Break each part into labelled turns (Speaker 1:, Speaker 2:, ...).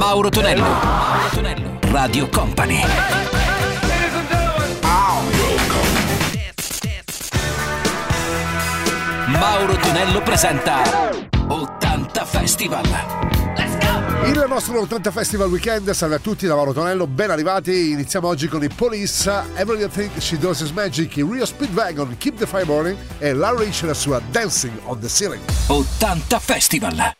Speaker 1: Mauro Tonello. Mauro Tonello. Radio Company. Mauro Tonello presenta 80 Festival.
Speaker 2: Il nostro 80 Festival Weekend. Salve a tutti da Mauro Tonello, ben arrivati. Iniziamo oggi con i Police, Everything Think She Does Is Magic, i Rio Speedwagon, Keep the Fire Burning e Larry Rich la sua Dancing on the Ceiling.
Speaker 1: 80 Festival.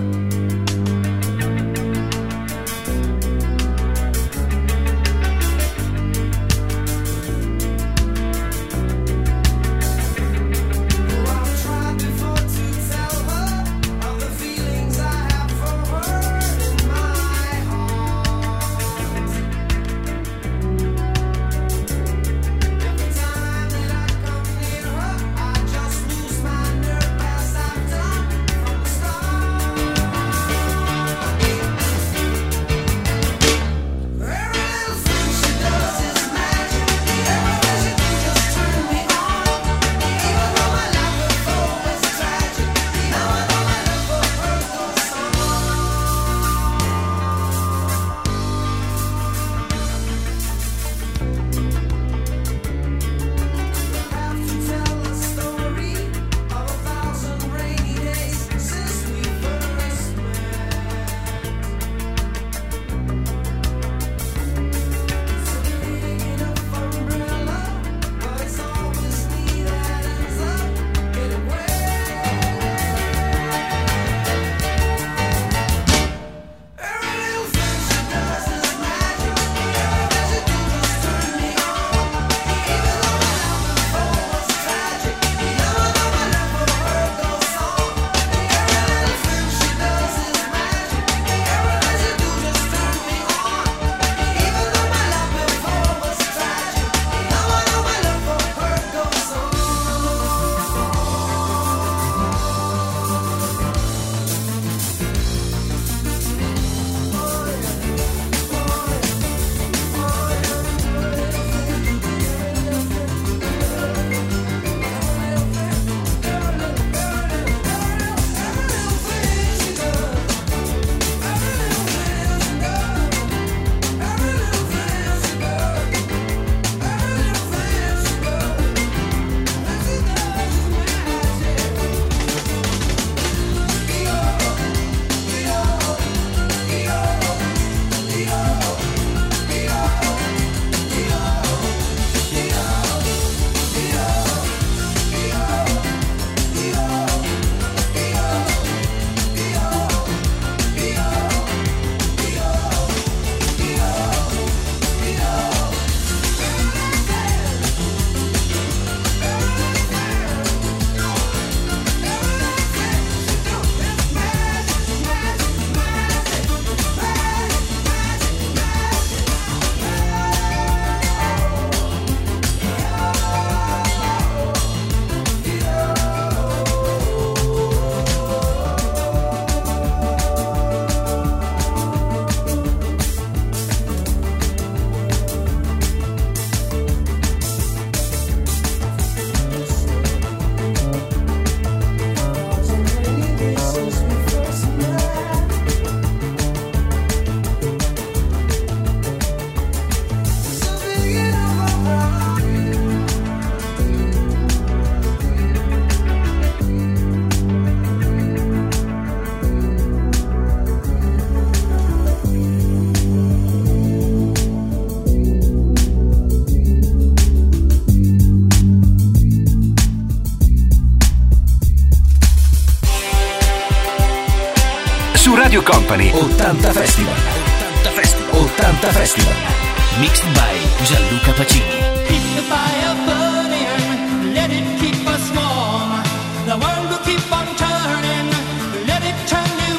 Speaker 1: Radio Company 80 Festival. 80 Festival. 80 Festival. Mixed by Gianluca Pacini.
Speaker 3: Keep the fire burning, let it keep us warm. The world will keep on turning, let it turn you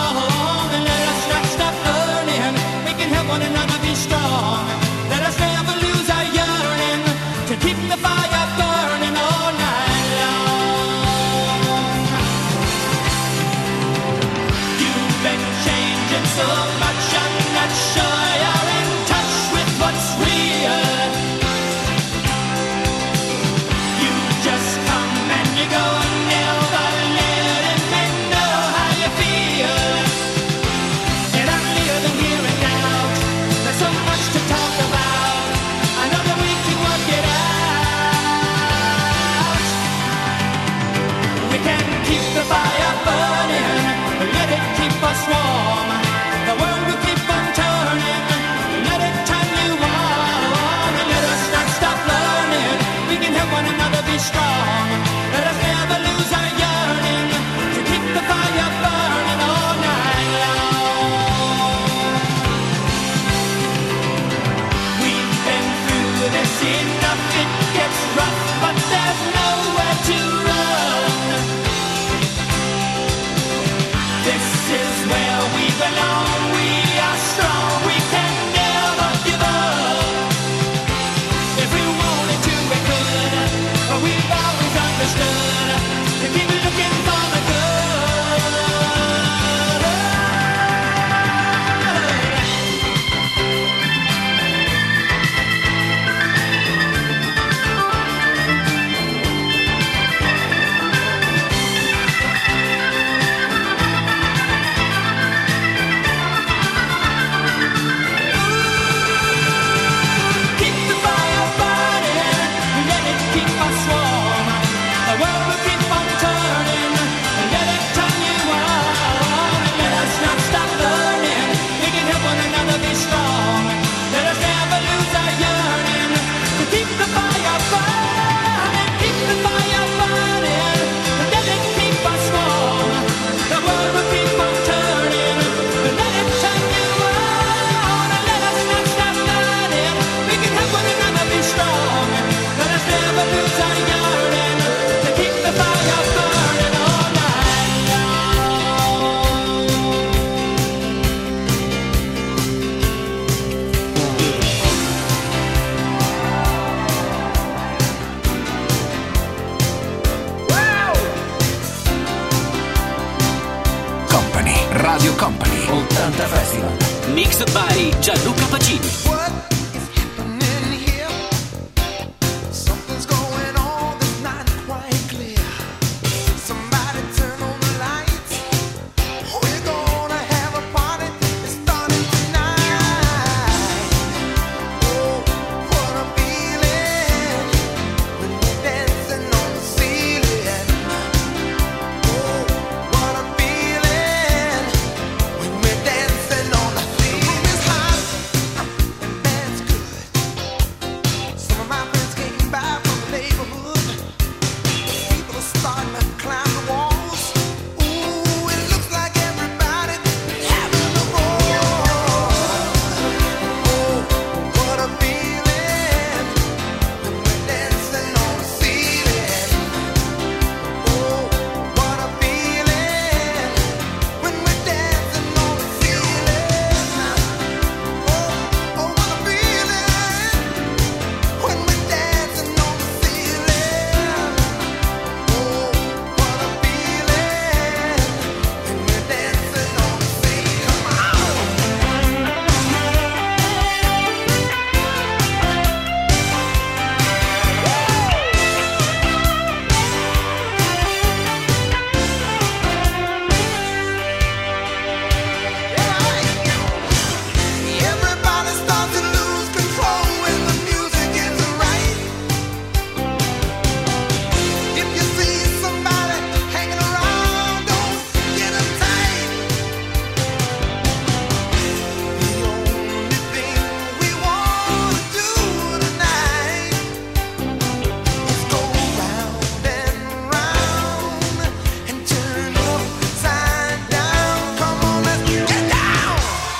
Speaker 3: on. And let us not stop learning, we can help one another be strong. Let us never lose our yearning to keep the fire burning all night long. You've been changing so much, I'm not sure you're in touch with what's real. You just come and you go, never letting me know how you feel. And I'm living
Speaker 1: 80 Festival. Mixed by Gianluca Pacini.
Speaker 4: What is happening here? Something's going on that's not quite clear. Somebody turn on the lights. We're gonna have a party. It's starting tonight. Oh, what a feeling when we're dancing on the ceiling. Oh, what a feeling when we're dancing on the ceiling. The room is hot and that's good. Some of my friends came by from the neighborhood. People are starting to climb the walls. Ooh, it looks like everybody's having a ball. Oh, what a feeling when we're dancing on the ceiling. Oh, what a feeling when we're dancing on the ceiling. Oh, what a feeling when we're dancing on the ceiling. Oh, what a feeling when we're dancing on the ceiling. Come on. Everybody starts to lose control when the music isn't right. If you see somebody hanging around, don't get uptight. The only thing we want to do tonight is go round and round and turn upside down. Come on, let's get down.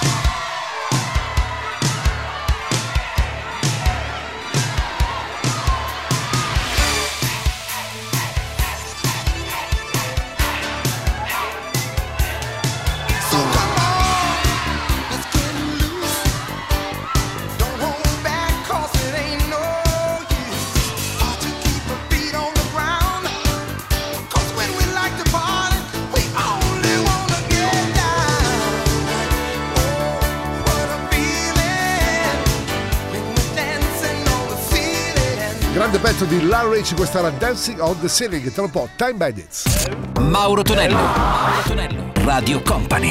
Speaker 4: So come on, let's get loose. Don't hold back, 'cause it ain't no use. Hard to keep our feet on the ground. 'Cause when we like to party, we only wanna get down. Oh, what a feeling when we're dancing on the ceiling.
Speaker 2: Grande pezzo di Larry Rich, questa era Dancing on the Ceiling. Tra un po' Time Bandits.
Speaker 1: Mauro Tonello. Mauro Tonello. Radio Company.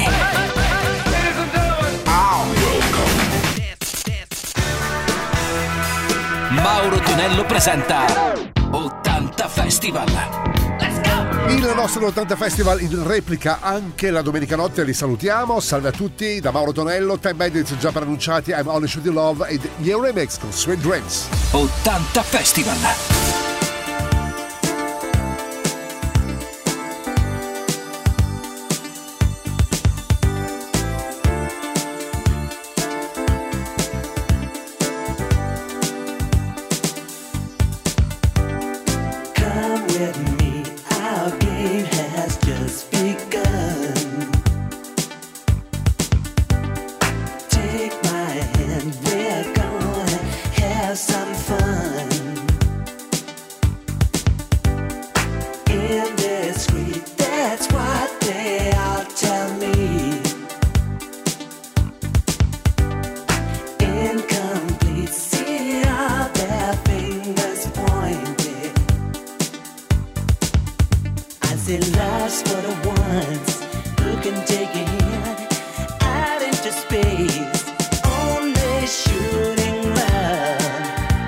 Speaker 1: Mauro Tonello presenta 80 Festival.
Speaker 2: Il nostro 80 Festival in replica anche la domenica notte, li salutiamo, salve a tutti da Mauro Tonello, Time Bandits già preannunciati, I'm Only Shooting Love ed Euremix con Sweet Dreams.
Speaker 1: 80 Festival.
Speaker 5: Come with me, our game has just begun. Take my hand, we're gonna have some fun. In the street, that's what they all tell me. Incomplete, see all their fingers pointed. I say love's for the ones who can take a hint out into space. Only shooting love.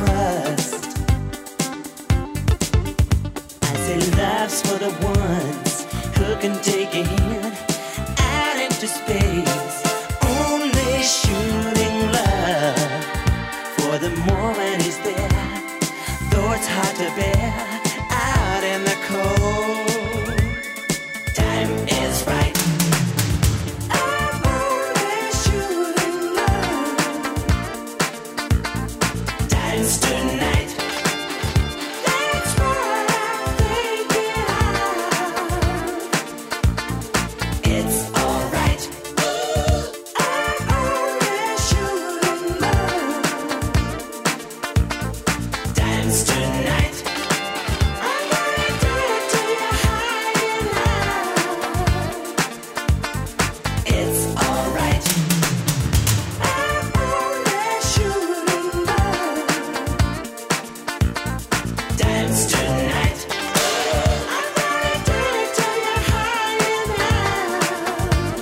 Speaker 5: trust. I say love's for the ones who can take it in out into space. Only shooting love for the moment is there, though it's hard to bear out in the cold. Time is right. Tonight, that's what I'm thinking of. It's alright. I'm only shooting love. Dance tonight. I'm gonna do it till you're hiding out. It's alright. I'm only shooting love. Dance tonight. I'm gonna do it till you're hiding out.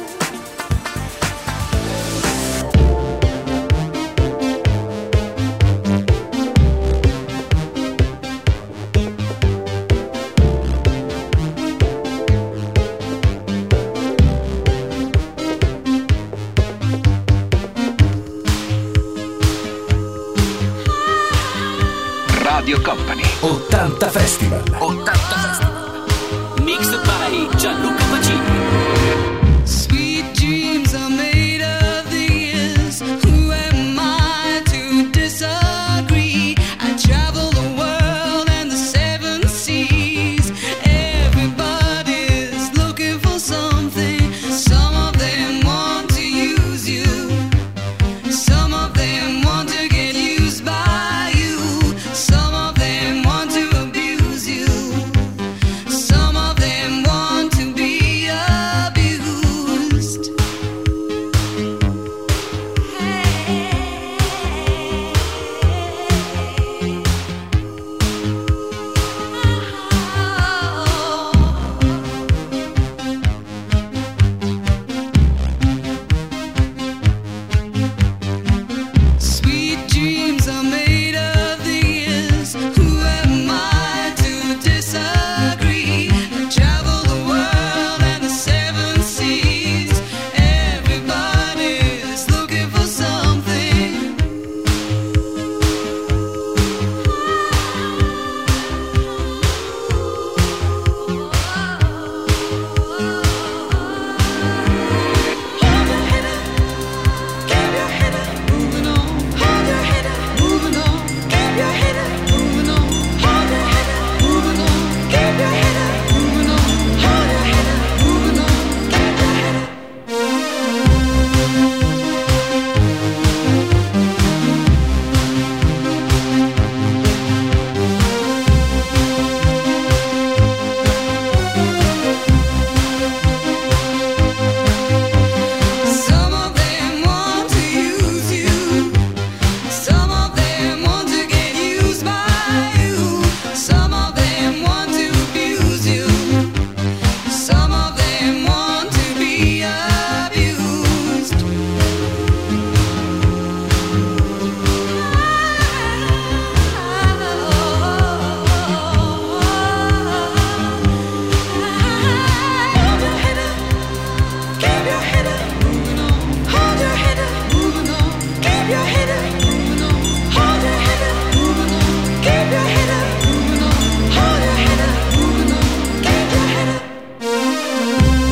Speaker 1: Radio Company 80 Festival. 80 Festival. Mixed by Gianluca Pacini.
Speaker 6: Sweet dreams are made of these. Who am I to disagree? I travel the world and the seven seas. Everybody's looking for something. Some of them want to use you. Some of them want to get used by you. Some of them want to abuse you. Some of them want to be abused. Sweet dreams are made of these. Who am I to disagree? I travel the world and the seven seas. Everybody's looking for something. Hold your head up, keep your head up, moving on. Hold your head up, moving on. Keep your head up, moving on. Hold your head up, moving on. Keep your head up, moving on. Hold your head up, moving on. Keep your head up. Some of them want to use you. Some of them want to get used by you. Some of them want to abuse you. Some of them want to be abused. Hold your head up, keep your head up, moving on. Hold your head up, moving on. Keep your head up, moving on. Hold your head up, moving on. Keep your head up, moving on. Hold your head up, moving on. Keep your head up.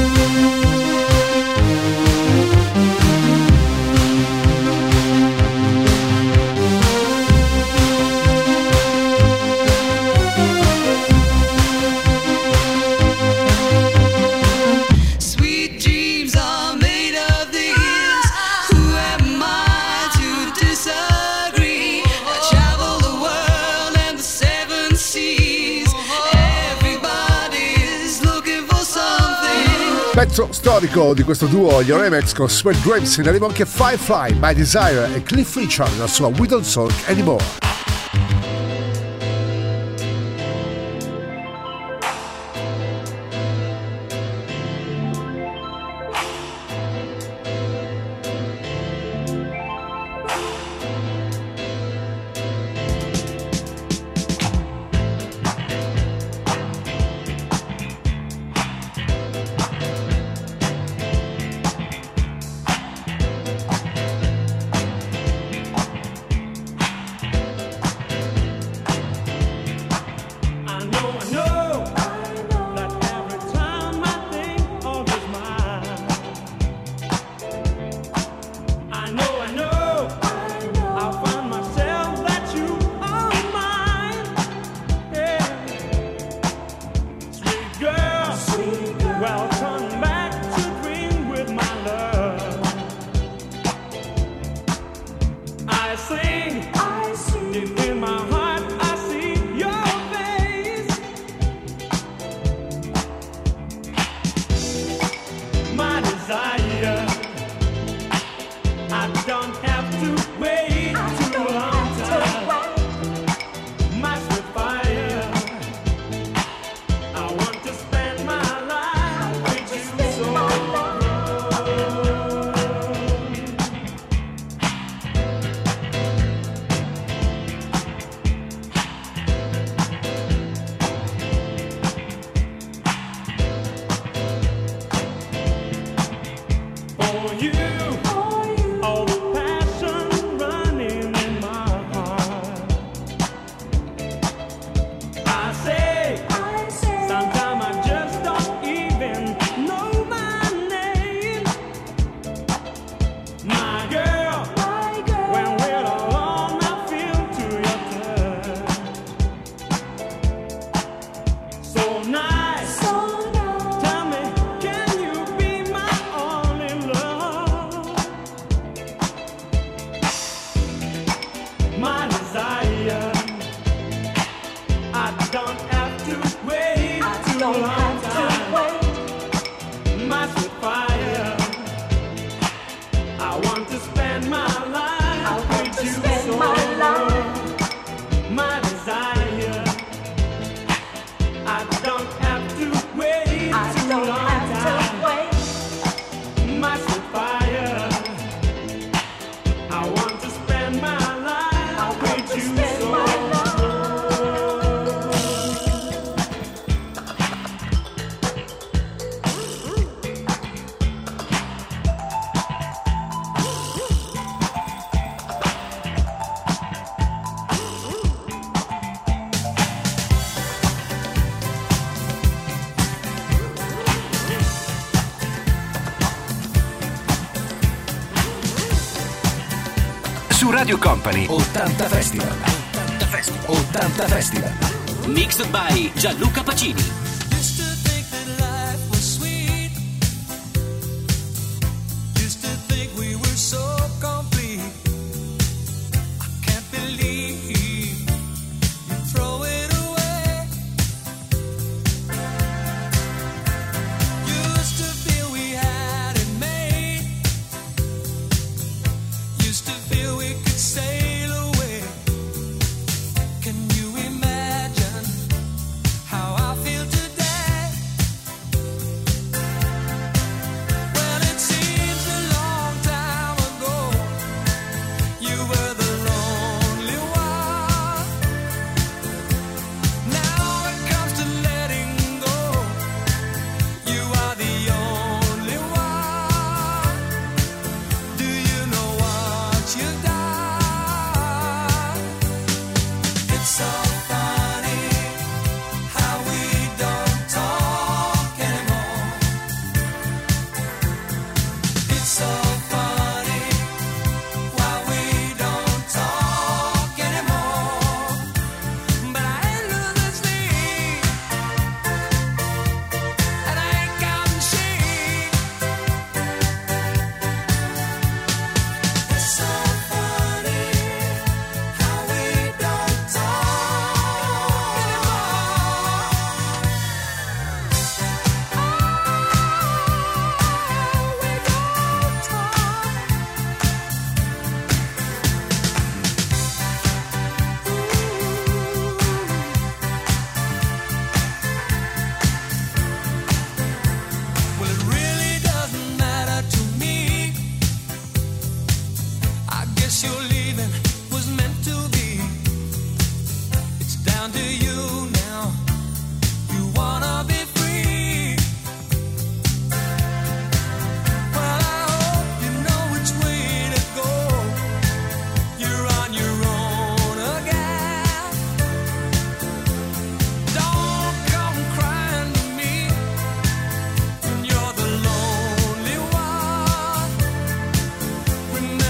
Speaker 6: Sweet dreams are made of these. Who am I to disagree? I travel the world and the seven seas. Everybody's looking for something.
Speaker 2: Pezzo storico di questo duo, gli Remex con Sweet Dreams. In arrivo anche Firefly, My Desire e Cliff Richard nella sua We Don't Talk Anymore.
Speaker 1: Su Radio Company 80 Festival. 80 Festival. Mixed by Gianluca Pacini.
Speaker 4: How I feel today.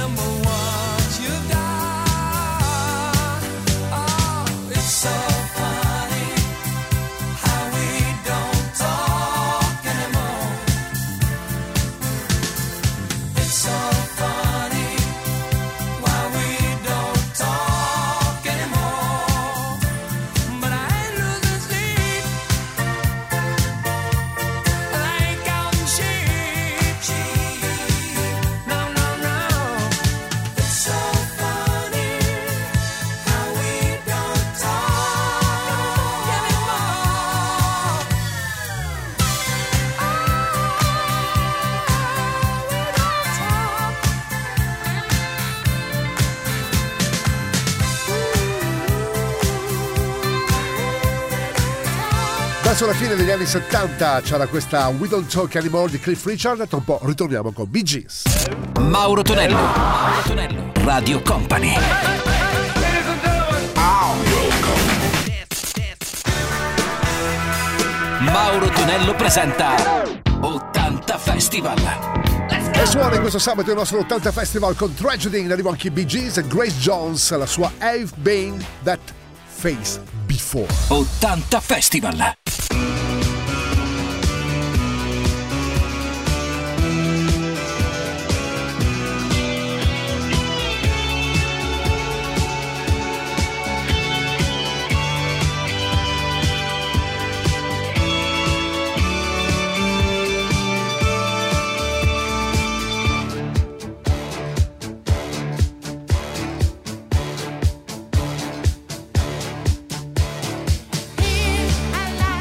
Speaker 4: so fun.
Speaker 2: Verso la fine degli anni 70 c'era questa We Don't Talk Anymore di Cliff Richard. Tra un po' ritorniamo con Bee Gees.
Speaker 1: Mauro Tonello, Mauro Tonello, Radio Company. Mauro Tonello presenta 80 Festival.
Speaker 2: E suona in questo sabato il nostro 80 Festival con Tragedy, in arrivo anche i Bee Gees e Grace Jones, la sua I've Been That Face Before.
Speaker 1: 80 Festival.
Speaker 7: I like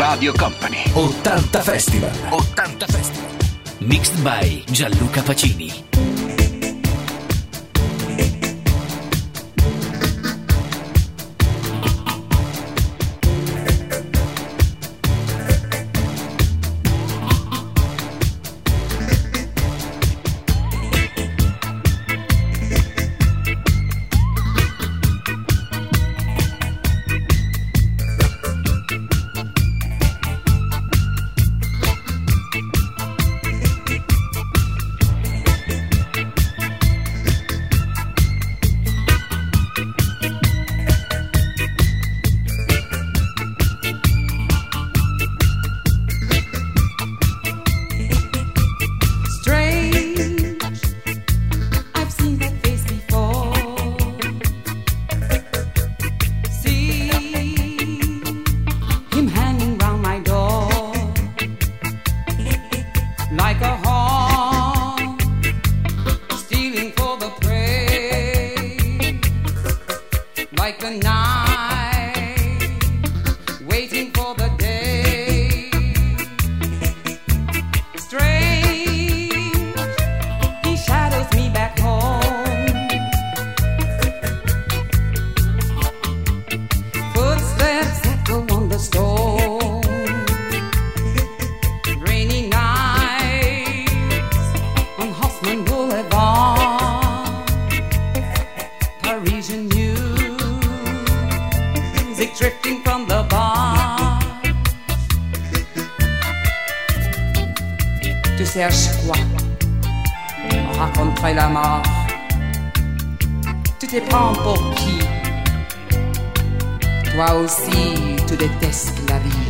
Speaker 1: Radio Company. 80 Festival. 80 Festival. Mixed by Gianluca Pacini.
Speaker 7: Cherche quoi? Raconterai la mort. Tu te prends pour qui? Toi aussi, tu détestes la vie.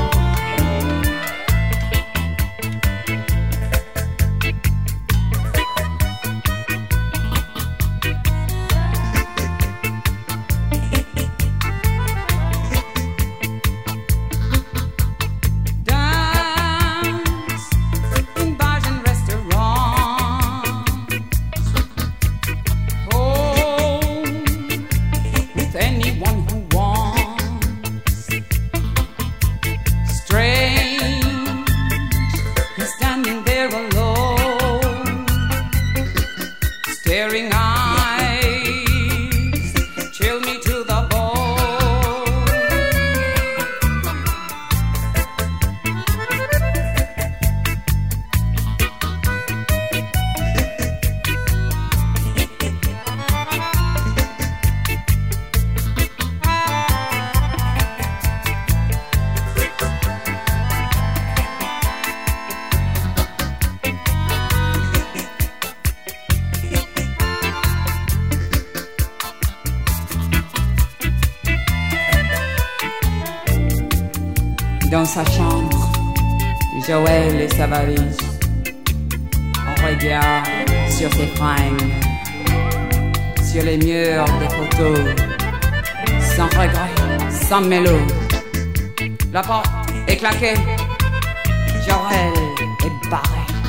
Speaker 8: Dans sa chambre, Joël et sa valise. On regarde sur ses fringues, sur les murs des photos, sans regret, sans mélo. La porte est claquée, Joël est barré.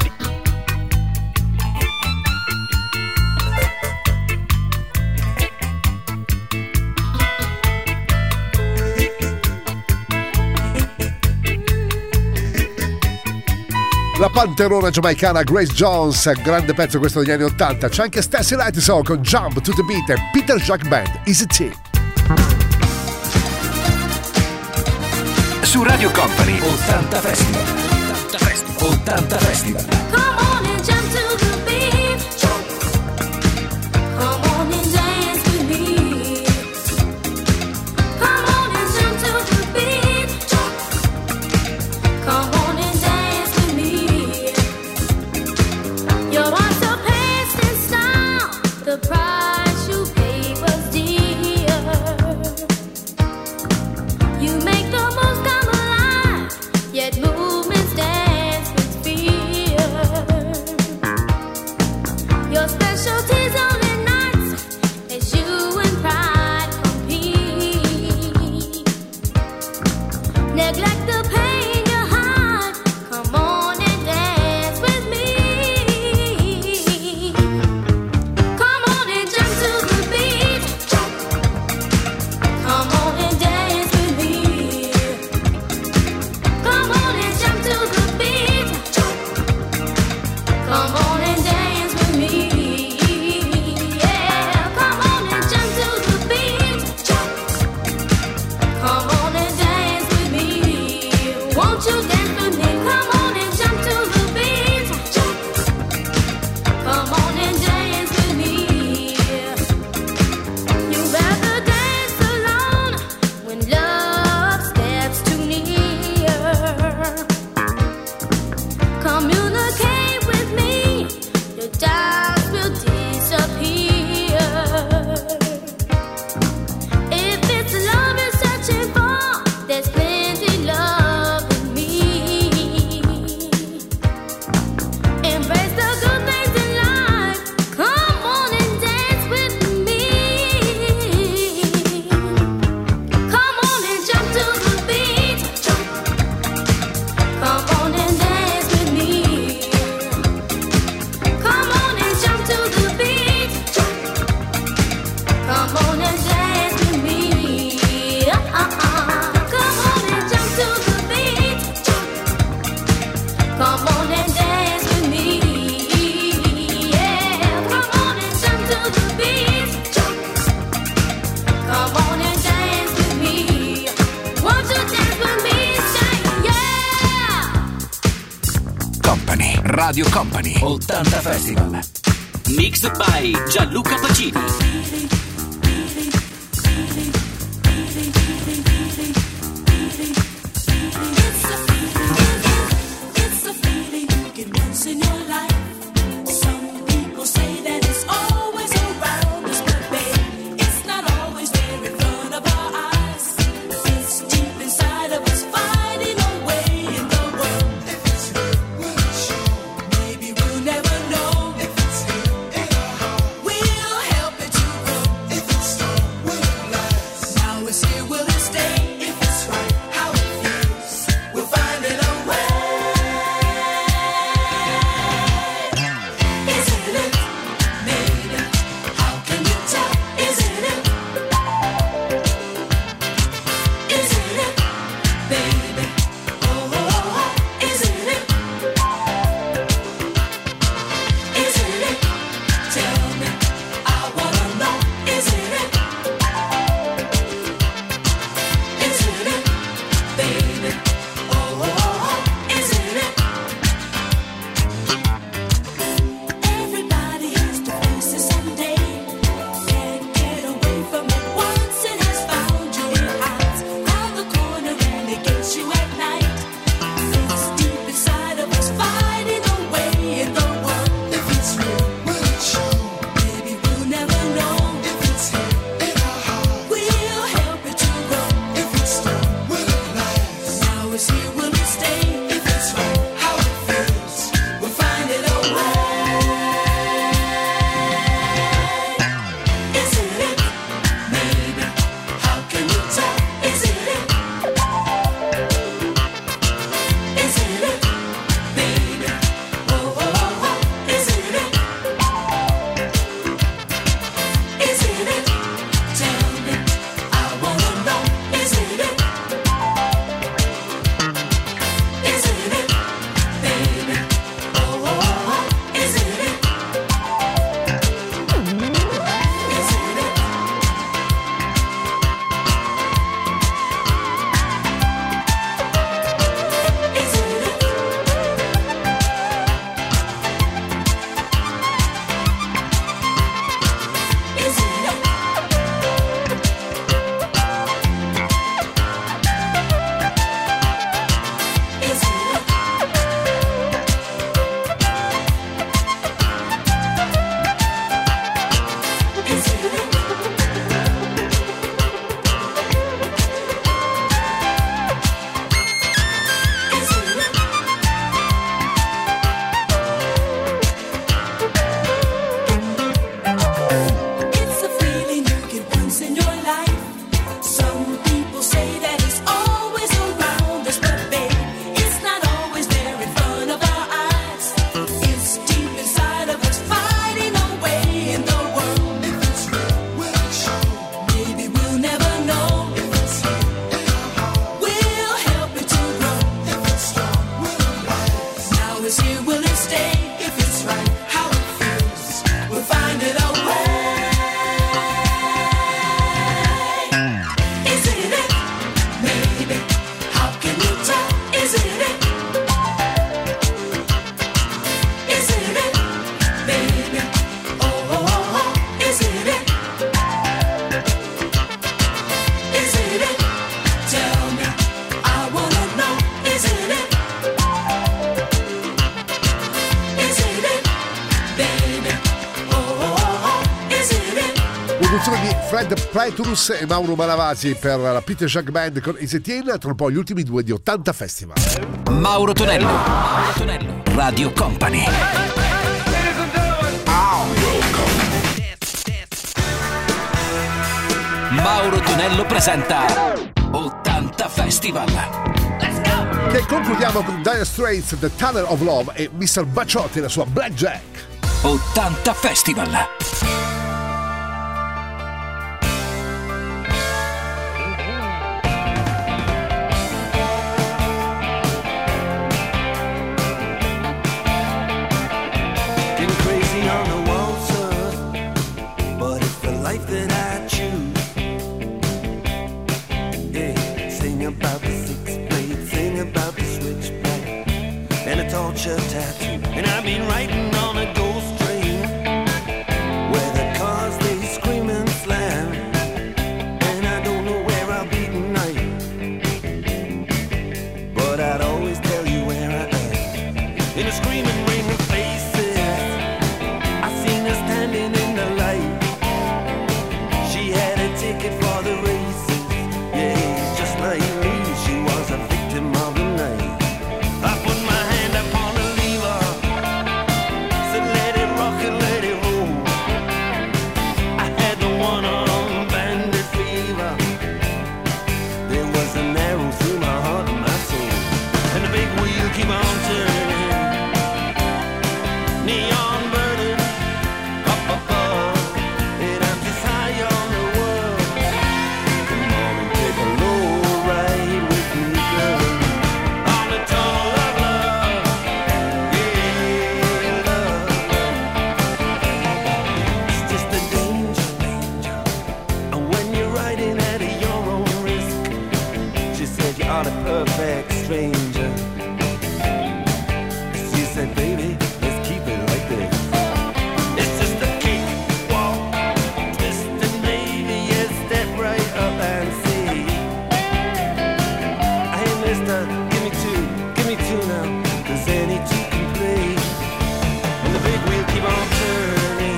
Speaker 2: La panterona giamaicana Grace Jones, grande pezzo questo degli anni 80. C'è anche Stacy Lattisoe con Jump to the Beat e Peter Jack Band, Easy T.
Speaker 1: Su Radio Company 80 Festival. 80 Festival. 80 Festival.
Speaker 9: Come on and jump to the beat. Come on and dance with me. Come on and jump to the beat. Come on and dance with me. Your heart's so past in style. The price you paid was dear. You make the most come alive, yet move
Speaker 1: Radio Company 80 Festival. Mixed by Gianluca Pacini.
Speaker 9: It's a feeling you get once in your life. Some people say that it's always around us, but babe, it's not always there in front of our eyes. It's deep inside of us, finding a way in the world. If it's here, will it show? Maybe we'll never know. If it's here in our heart, we'll help it to grow. If it's strong, will it last? Now it's here, will it stay? If it's right, how it feels, we'll find it a way. Isn't it? Maybe. How can you tell? Isn't it? Isn't it? Baby. Oh, oh, oh. Isn't it? Isn't it? Tell me. I wanna know. Isn't it? Isn't it? Baby. Oh, oh, oh. Isn't it? Everybody has to face it someday. Can't get away from it once it has found you. It hides round the corner and it gets you at night. It's deep inside of us, finding a way in the world. If it's real, will it show? Maybe we'll never know. If it's here in our heart, we'll help it to grow. If it's strong, will it last? Now it's here, will it stay? If it's right, how it feels, we'll find it a way. Isn't it? Maybe. How can you tell? Isn't it? Isn't it? Baby. Oh, oh, oh, oh. Isn't it? Isn't it? Tell me. I wanna know. Isn't it? Isn't it? Baby. Oh, oh, oh, oh. Isn't it? Isn't it? It's a feeling you get once in your life. Some people say that it's always around us, but babe, it's not always there in front of our eyes. It's deep inside of us, finding a way in the world. If it's real, will it show? Maybe we'll never know. If it's here in our heart, we'll help it to grow. If it's strong, will it last? Now it's here, will it stay? If it's right, how it feels, we'll find it a way. Isn't it? Maybe. How can you tell? Isn't it? Isn't it? Baby. Oh, oh, oh, oh. Isn't it? Isn't it? Tell me. I wanna know. Isn't it? Isn't it? Baby. Oh, oh, oh, oh. Isn't it?
Speaker 2: Produzione di Fred Pleturus e Mauro Malavasi per la Peter Jacques Band con Ezetien, tra un po' gli ultimi due di 80 Festival.
Speaker 1: Mauro Tonello, Mauro Tonello, Radio Company. Mauro Tonello presenta 80 Festival.
Speaker 2: Che concludiamo con Dire Straits, The Tunnel of Love e Mr. Bacciotti e la sua Blackjack.
Speaker 1: 80 Festival.
Speaker 10: Getting crazy on the waltz, but it's the life that I choose. Yeah, sing about the six blade, sing about the switchblade, and a torch picture tattoo. And I've been riding on a ghost train where the cars they scream and slam, and I don't know where I'll be tonight, but I'd always tell you where I am. In a screaming ring of faces, I seen her standing in the light. She had a ticket for the races, yeah, just like me, she was a victim of the night. I put my hand upon the lever, said let it rock and let it roll. I had the one-armed bandit fever. There was an arrow through my heart and my soul, and the big wheel keep on turning, neon burning up above, and I'm just high on the world. Come on and take a low ride with me, girl, on the tunnel of love, yeah, love. It's just a danger, and when you're riding at your own risk, she said you are the perfect stranger. She said, baby, let's keep it like this. It's just a kick, walk, twist, and maybe you step right up and see. Hey, mister, give me two now. There's any two can play. And the big wheel keep on turning,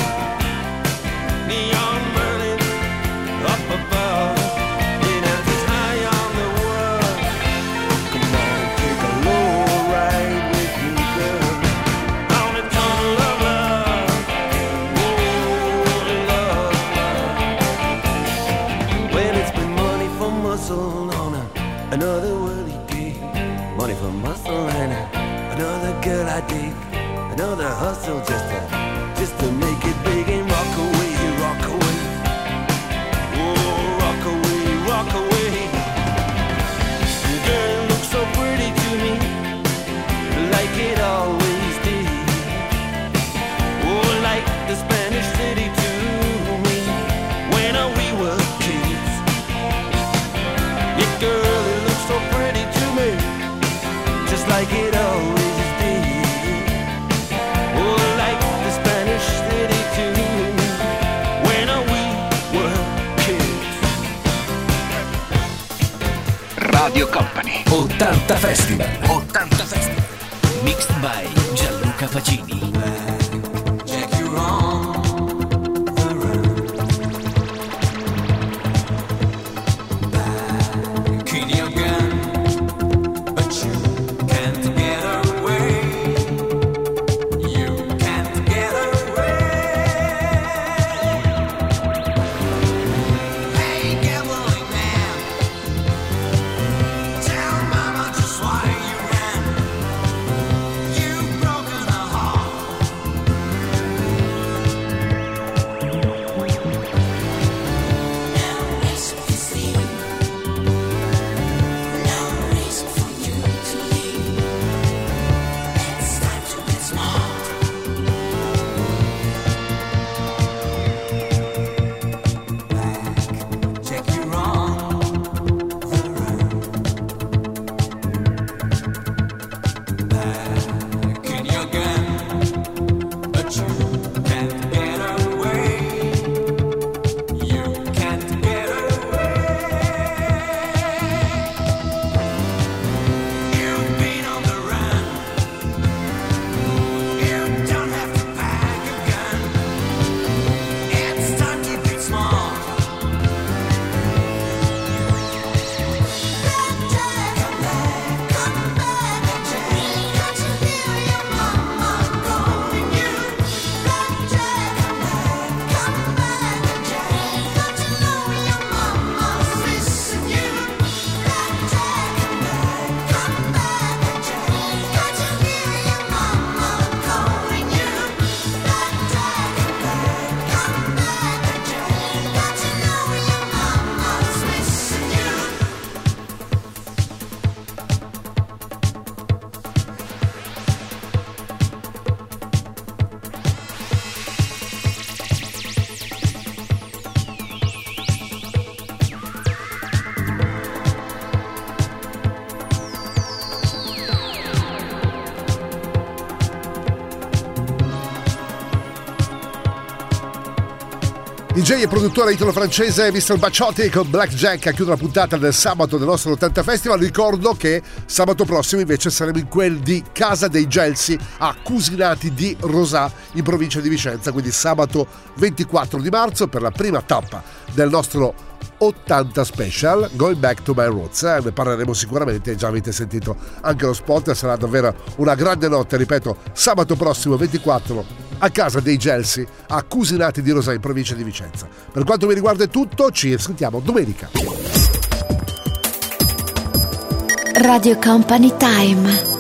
Speaker 10: neon burning up above, and I'm just high on the world. Come on, take a low ride with me, girl, on the tunnel of love. Oh, love. When it's been money for muscle on another worldly day, money for muscle and another girl I dig, another hustle just to make it big and rock away, rock away. Oh, rock away, rock away. Girl, looks so pretty to me, like it always did. Oh, like the Spanish city to me, when we were kids. Yeah, girl, it looks so pretty to me, just like it always did. Oh, like the Spanish city to me, when we were kids.
Speaker 1: Radio Company 80 Festival. 80 Festival. Mixed by Gianluca Pacini.
Speaker 11: Jack, you're on the run. Back in your gun, but you can't get away. You can't get away. Hey, gambling man, tell mama just why you ran. You've broken her heart.
Speaker 2: DJ e produttore italo-francese Mr. Bacciotti con Blackjack a chiudere la puntata del sabato del nostro 80 Festival. Ricordo che sabato prossimo invece saremo in quel di Casa dei Gelsi a Cusinati di Rosà in provincia di Vicenza, quindi sabato 24 di marzo per la prima tappa del nostro 80 Special Going Back to My Roots. Ne parleremo sicuramente, già avete sentito anche lo spot, sarà davvero una grande notte, ripeto, sabato prossimo 24 a Casa dei Gelsi a Cusinati di Rosà in provincia di Vicenza. Per quanto mi riguarda è tutto, ci sentiamo domenica.
Speaker 12: Radio Company Time.